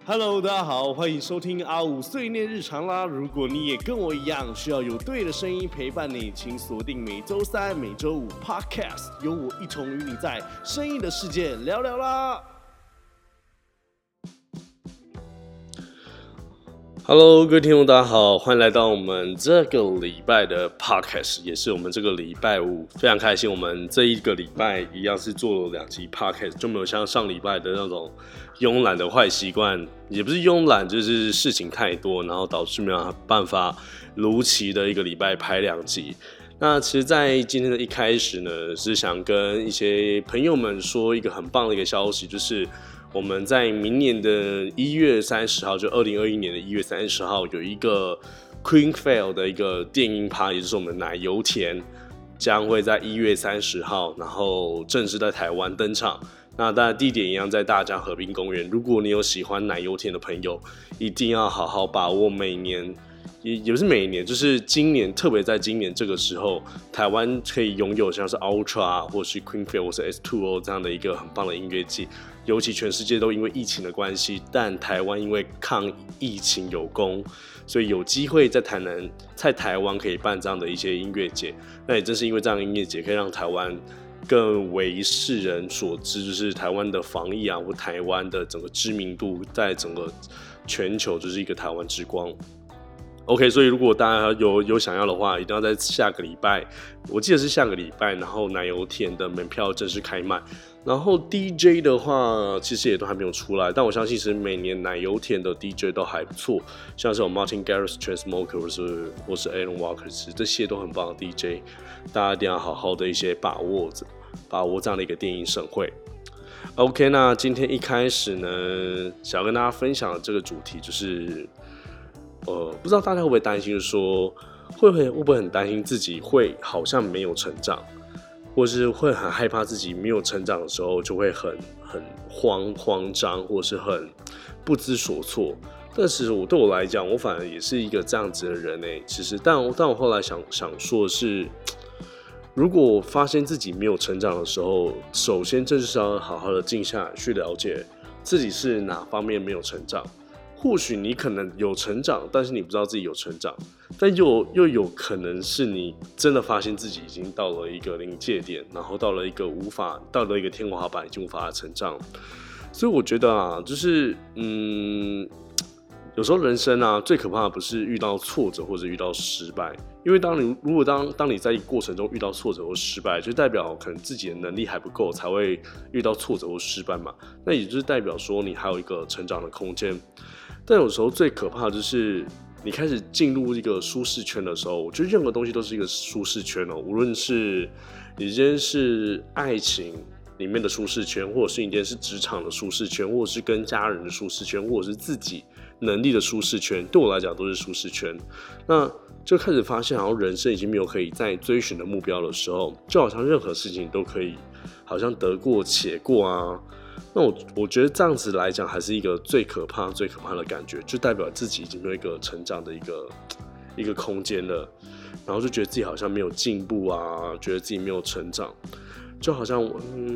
Hello， 大家好，欢迎收听阿五碎念日常啦。如果你也跟我一样需要有对的声音陪伴你，请锁定每周三、每周五 Podcast， 由我一同与你在声音的世界聊聊啦。Hello， 各位听众，大家好，欢迎来到我们这个礼拜的 Podcast， 也是我们这个礼拜五，非常开心。我们这一个礼拜一样是做了2集 Podcast， 就没有像上礼拜的那种慵懒的坏习惯，也不是慵懒，就是事情太多，然后导致没有办法如期的一个礼拜拍2集。那其实，在今天的一开始呢，是想跟一些朋友们说一个很棒的一个消息，就是我们在明年的1月30号，就2021年的1月30号，有一个 Queen Fail 的一个电音趴，也就是我们奶油田，将会在1月30号，然后正式在台湾登场。那当然地点一样在大江河滨公园。如果你有喜欢奶油田的朋友，一定要好好把握每年。也不是每一年，就是今年，特别在今年这个时候，台湾可以拥有像是 Ultra 或是 Queen Fail 或是 S2O 这样的一个很棒的音乐季。尤其全世界都因为疫情的关系，但台湾因为抗疫情有功，所以有机会在台湾可以办这样的一些音乐节。那也正是因为这样的音乐节，可以让台湾更为世人所知，就是台湾的防疫啊，或台湾的整个知名度，在整个全球就是一个台湾之光。OK， 所以如果大家有想要的话，一定要在下个礼拜，我记得是下个礼拜，然后奶油田的门票正式开卖。然后 DJ 的话，其实也都还没有出来，但我相信其实每年奶油田的 DJ 都还不错，像是有 Martin Garrix、Chainsmokers 或是 Alan Walker， 这些都很棒的 DJ， 大家一定要好好的一些把握这样的一个电影盛会。OK， 那今天一开始呢，想要跟大家分享的这个主题就是。不知道大家会不会担心说，会不会很担心自己会好像没有成长，或是会很害怕自己没有成长的时候就会很慌张，或是很不知所措。但是对我来讲，我反而也是一个这样子的人其实，但我后来想说的是，如果我发现自己没有成长的时候，首先就是要好好的静下来去了解自己是哪方面没有成长。或许你可能有成长，但是你不知道自己有成长，但又有可能是你真的发现自己已经到了一个临界点，然后到了一个天花板，已经无法成长。所以我觉得啊，就是有时候人生啊，最可怕的不是遇到挫折或者遇到失败，因为当你在过程中遇到挫折或失败，就代表可能自己的能力还不够，才会遇到挫折或失败嘛。那也就是代表说你还有一个成长的空间。但有时候最可怕的就是你开始进入一个舒适圈的时候，我觉得任何东西都是一个舒适圈无论是你今天是爱情里面的舒适圈，或者是你今天是职场的舒适圈，或者是跟家人的舒适圈，或者是自己能力的舒适圈，对我来讲都是舒适圈。那就开始发现好像人生已经没有可以再追寻的目标的时候，就好像任何事情都可以好像得过且过啊。那我觉得这样子来讲，还是一个最可怕的感觉，就代表自己已经没有一个成长的一个空间了，然后就觉得自己好像没有进步啊，觉得自己没有成长，就好像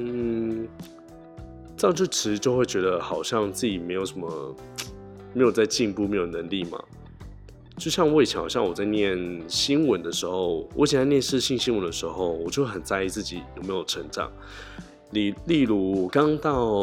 这样就其实就会觉得好像自己没有在进步，没有能力嘛。就像我以前好像我在念新闻的时候，我以前在念世新新闻的时候，我就很在意自己有没有成长。例如我刚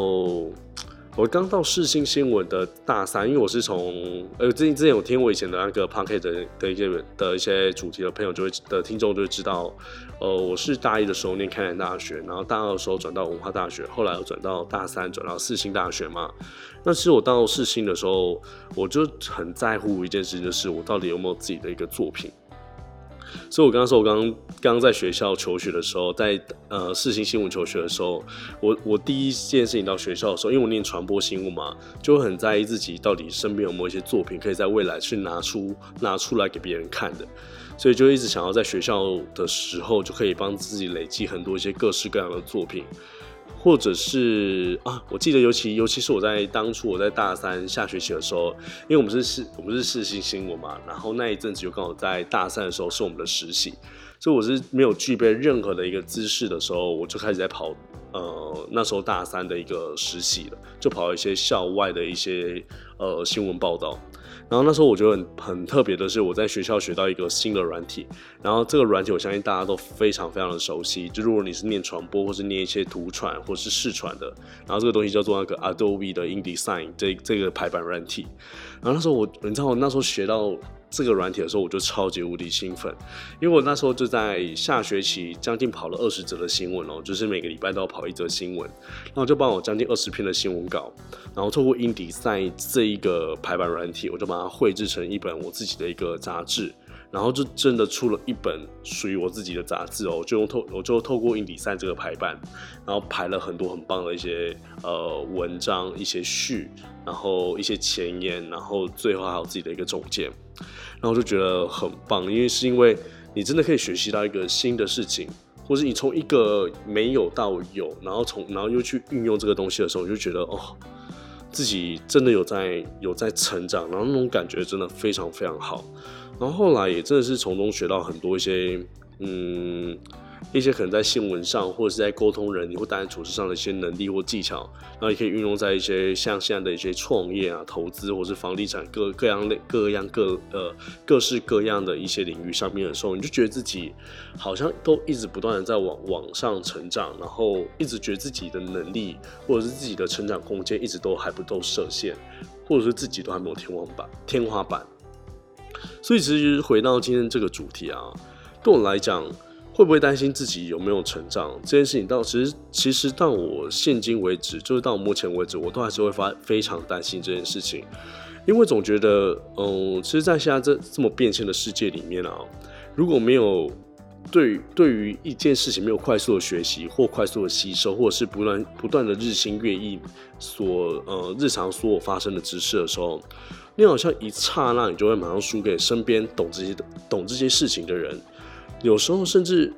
到世新新闻的大三，因为我是从之前有听我以前的那个 Podcast 的一些主题的朋友听众就会知道，我是大一的时候念开南大学，然后大二的时候转到文化大学，后来又转到大三转到世新大学嘛。那其实我到世新的时候，我就很在乎一件事，就是我到底有没有自己的一个作品。所以我刚刚说，我刚在学校求学的时候，在世新新闻求学的时候，我第一件事情到学校的时候，因为我念传播新闻嘛，就会很在意自己到底身边有没有一些作品可以在未来去拿出来给别人看的，所以就一直想要在学校的时候就可以帮自己累积很多一些各式各样的作品。或者是我记得尤其是当初我在大三下学期的时候，因为我们是世新新闻嘛，然后那一阵子就刚好在大三的时候是我们的实习， 所以我是没有具备任何的一个知识的时候，我就开始在跑那时候大3的一个实习了，就跑一些校外的一些新闻报道。然后那时候我觉得很特别的是，我在学校学到一个新的软体，然后这个软体我相信大家都非常非常的熟悉，就如果你是念传播或是念一些图传或是视传的，然后这个东西叫做那个 Adobe 的 InDesign 这个排版软体。然后那时候你知道我那时候学到这个软体的时候，我就超级无敌兴奋，因为我那时候就在下学期将近跑了20则的新闻就是每个礼拜都要跑1则新闻，然后就帮我将近20篇的新闻稿，然后透过InDesign这一个排版软体，我就把它绘制成一本我自己的一个杂志，然后就真的出了一本属于我自己的杂志我就透过InDesign这个排版，然后排了很多很棒的一些文章、一些序，然后一些前言，然后最后还有自己的一个总结，然后我就觉得很棒，因为你真的可以学习到一个新的事情，或是你从一个没有到有，然后又去运用这个东西的时候，你就觉得自己真的有在成长，然后那种感觉真的非常非常好。然后后来也真的是从中学到很多一些可能在新闻上或者是在沟通人或待人处事上的一些能力或技巧，然后也可以运用在一些像现在的一些创业啊、投资或是房地产各式各样的一些领域上面的时候，你就觉得自己好像都一直不断的在往上成长，然后一直觉得自己的能力或者是自己的成长空间一直都还不够设限，或者是自己都还没有天花板。所以其实回到今天这个主题啊，对我来讲，会不会担心自己有没有成长这件事情，其实到我现今为止，就是到目前为止，我都还是会非常担心这件事情，因为总觉得，其实，在现在这么变迁的世界里面啊，如果没有对于一件事情没有快速的学习或快速的吸收，或者是不断的日新月异日常所有发生的知识的时候，你好像一刹那你就会马上输给身边懂这些事情的人。有时候甚至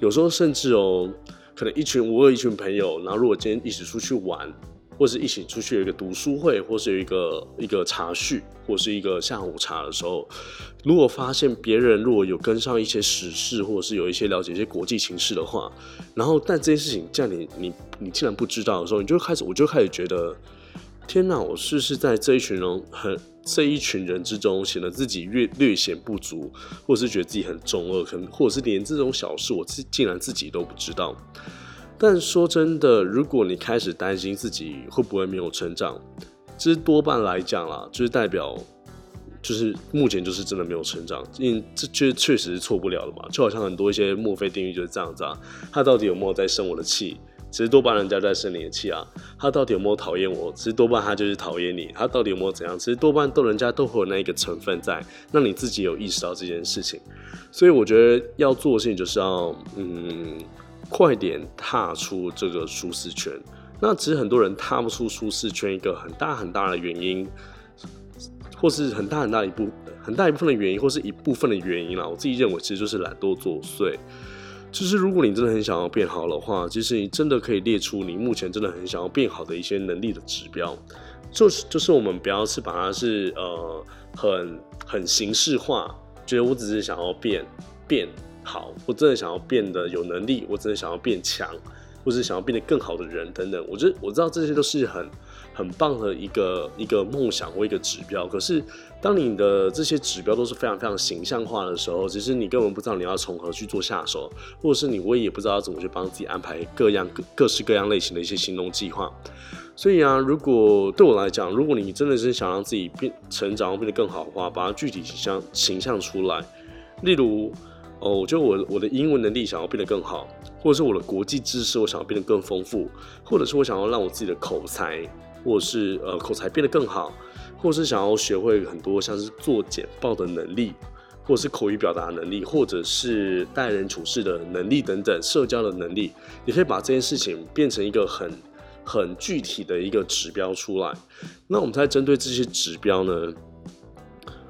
可能我有一群朋友，然后如果今天一起出去玩，或是一起出去有一个读书会，或是有一个茶叙，或是一个下午茶的时候，如果发现别人如果有跟上一些时事，或者是有一些了解一些国际情势的话，然后但这件事情这样你竟然不知道的时候，我就开始觉得，天哪，我是不是在这一群人之中显得自己略显不足，或者是觉得自己很中二，或者是连这种小事我竟然自己都不知道。但说真的，如果你开始担心自己会不会没有成长，其实多半来讲啦，就是代表就是目前就是真的没有成长，因为这确实是错不了的嘛。就好像很多一些墨菲定律就是这样子啊，他到底有没有在生我的气？其实多半人家在生你的气啊。他到底有没有讨厌我？其实多半他就是讨厌你。他到底有没有怎样？其实多半人家都会有那一个成分在，让你自己有意识到这件事情。所以我觉得要做的事情就是要快点踏出这个舒适圈。那其实很多人踏不出舒适圈，一个很大很大的原因，或是很大一部分的原因，或是一部分的原因啦。我自己认为其实就是懒惰作祟。就是如果你真的很想要变好的话，其实你真的可以列出你目前真的很想要变好的一些能力的指标。就是我们不要是把它是很形式化，觉得我只是想要变好，我真的想要变得有能力，我真的想要变强，或是想要变得更好的人等等。我知道这些都是很棒的一个梦想或一个指标。可是当你的这些指标都是非常非常形象化的时候，其实你根本不知道你要从何去做下手，或者是我也不知道要怎么去帮自己安排各式各样类型的一些行动计划。所以啊，如果对我来讲，如果你真的是想让自己成长变得更好的话，把它具体形象出来。例如我觉得我的英文能力想要变得更好，或者是我的国际知识我想要变得更丰富，或者是我想要让我自己的口才或者是口才变得更好，或者是想要学会很多像是做简报的能力，或者是口语表达能力，或者是待人处事的能力等等，社交的能力，你可以把这件事情变成一个很具体的一个指标出来。那我们在针对这些指标呢，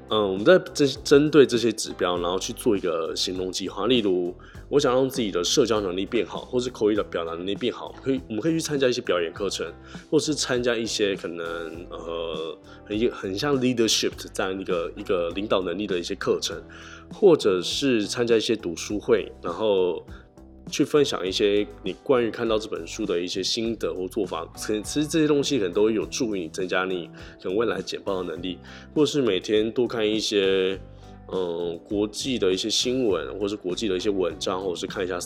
我们在针对这些指标，然后去做一个行动计划。例如，我想让自己的社交能力变好，或是口语的表达能力变好，我们可以去参加一些表演课程，或是参加一些可能很像 leadership 这样一个领导能力的一些课程，或者是参加一些读书会，然后去分享一些你关于看到这本书的一些心得或做法。其实这些东西可能都有助于你增加你可能未来简报的能力，或是每天多看一些国际的一些新闻，或是国际的一些文章，或者是看一下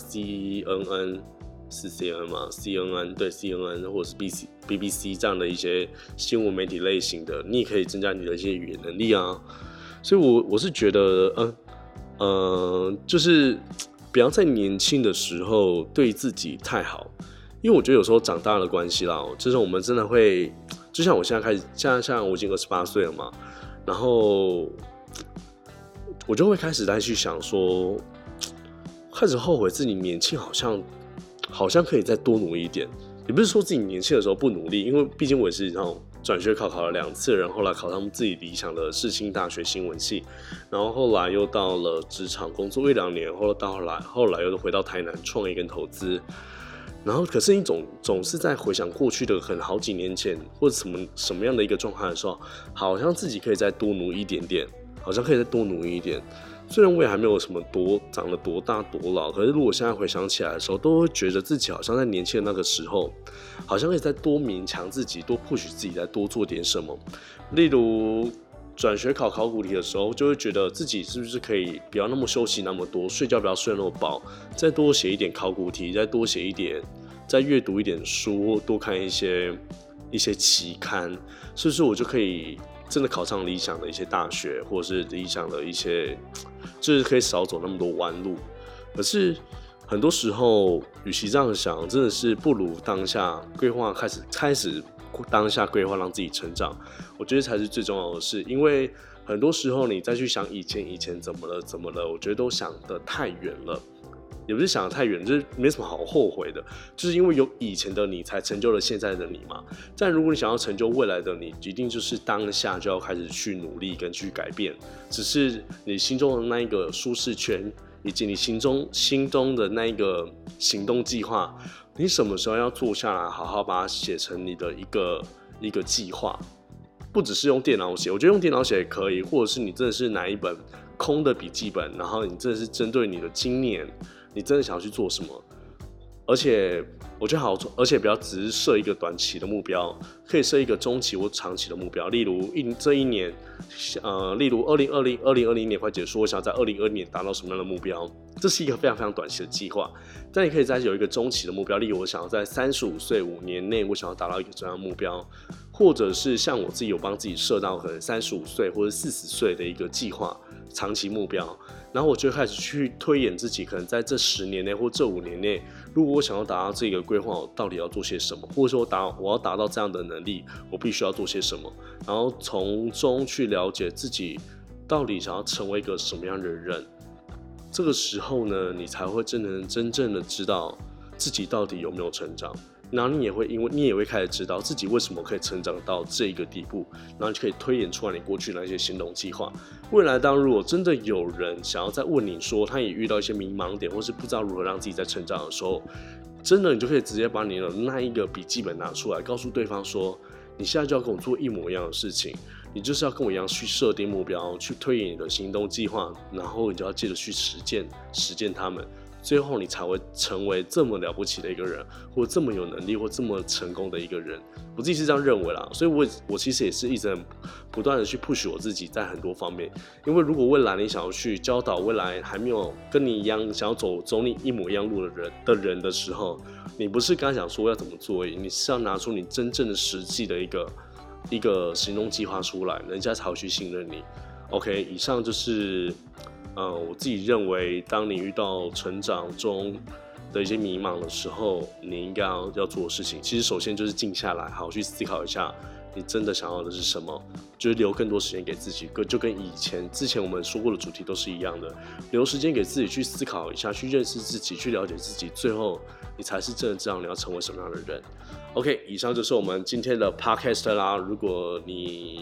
CNN 是 CNN 吗 ？CNN 对 CNN 或者是 BBC 这样的一些新闻媒体类型的，你也可以增加你的一些语言能力啊。所以我是觉得就是不要在年轻的时候对自己太好，因为我觉得有时候长大的关系啦，就是我们真的会，就像我现在开始，像我已经28岁了嘛，然后我就会开始再去想说，开始后悔自己年轻好像可以再多努力一点。也不是说自己年轻的时候不努力，因为毕竟我也是转学考了2次，然后后来考上自己理想的世新大学新闻系，然后后来又到了职场工作1-2年，后来又回到台南创业跟投资。然后可是你总是在回想过去的好几年前或者什么样的一个状态的时候，好像自己可以再多努一点点，好像可以再多努力一点。虽然我也还没有什么长得多大多老，可是如果现在回想起来的时候，都会觉得自己好像在年轻的那个时候，好像可以再多勉强自己，多push自己，再多做点什么。例如转学考古题的时候，就会觉得自己是不是可以不要那么休息那么多，睡觉不要睡那么饱，再多写一点考古题，再多写一点，再阅读一点书，或多看一些期刊，是不是我就可以真的考上理想的一些大学，或者是理想的一些，就是可以少走那么多弯路。可是很多时候，与其这样想，真的是不如当下规划，开始当下规划让自己成长，我觉得才是最重要的事。因为很多时候你再去想以前怎么了，我觉得都想得太远了。也不是想得太远，就是没什么好后悔的，就是因为有以前的你才成就了现在的你嘛。但如果你想要成就未来的你，一定就是当下就要开始去努力跟去改变。只是你心中的那一个舒适圈，以及你心中的那一个行动计划，你什么时候要坐下来好好把它写成你的一个计划。不只是用电脑写，我觉得用电脑写也可以，或者是你真的是拿一本空的笔记本，然后你真的是针对你的今年，你真的想要去做什么，而且我觉得好，而且不要只是设一个短期的目标，可以设一个中期或长期的目标。例如这一年，例如2020年快结束，我想要在2020年达到什么样的目标，这是一个非常非常短期的计划。但你可以再有一个中期的目标，例如我想要在35岁5年内，我想要达到一个怎样的目标，或者是像我自己有帮自己设到可能35岁或者40岁的一个计划，长期目标。然后我就开始去推演自己，可能在这10年内或这5年内，如果我想要达到这个规划，我到底要做些什么，或者说我要达到这样的能力，我必须要做些什么，然后从中去了解自己到底想要成为一个什么样的人。这个时候呢，你才会真正的知道自己到底有没有成长。然后你也会开始知道自己为什么可以成长到这个地步，然后你就可以推演出来你过去的一些行动计划。未来当如果真的有人想要再问你说他也遇到一些迷茫点，或是不知道如何让自己在成长的时候，真的你就可以直接把你的那一个笔记本拿出来，告诉对方说，你现在就要跟我做一模一样的事情，你就是要跟我一样去设定目标，去推演你的行动计划，然后你就要接着去实践他们。最后你才会成为这么了不起的一个人，或这么有能力，或这么成功的一个人。我自己是这样认为啦，所以我其实也是一直不断的去 push 我自己在很多方面。因为如果未来你想要去教導未来还没有跟你一样想要走你一模一样路的人的时候，你不是刚想说要怎么做而已，你是要拿出你真正的实际的一个行动计划出来，人家才会去信任你。OK， 以上就是我自己认为，当你遇到成长中的一些迷茫的时候，你应该要做的事情，其实首先就是静下来，好好去思考一下，你真的想要的是什么，就是留更多时间给自己，就跟之前我们说过的主题都是一样的，留时间给自己去思考一下，去认识自己，去了解自己，最后你才是真的知道你要成为什么样的人。OK， 以上就是我们今天的 podcast 啦。如果你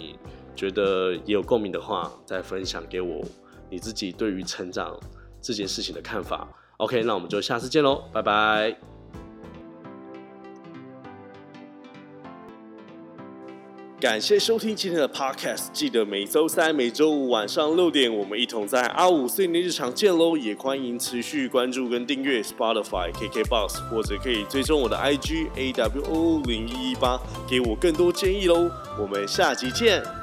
觉得也有共鸣的话，再分享给我你自己对于成长这件事情的看法。OK， 那我们就下次见喽，拜拜。感谢收听今天的 Podcast， 记得每周三、每周五晚上6点，我们一同在阿五碎念日常见喽！也欢迎持续关注跟订阅 Spotify、KKBOX， 或者可以追踪我的 IG AWO0118， 给我更多建议喽！我们下集见。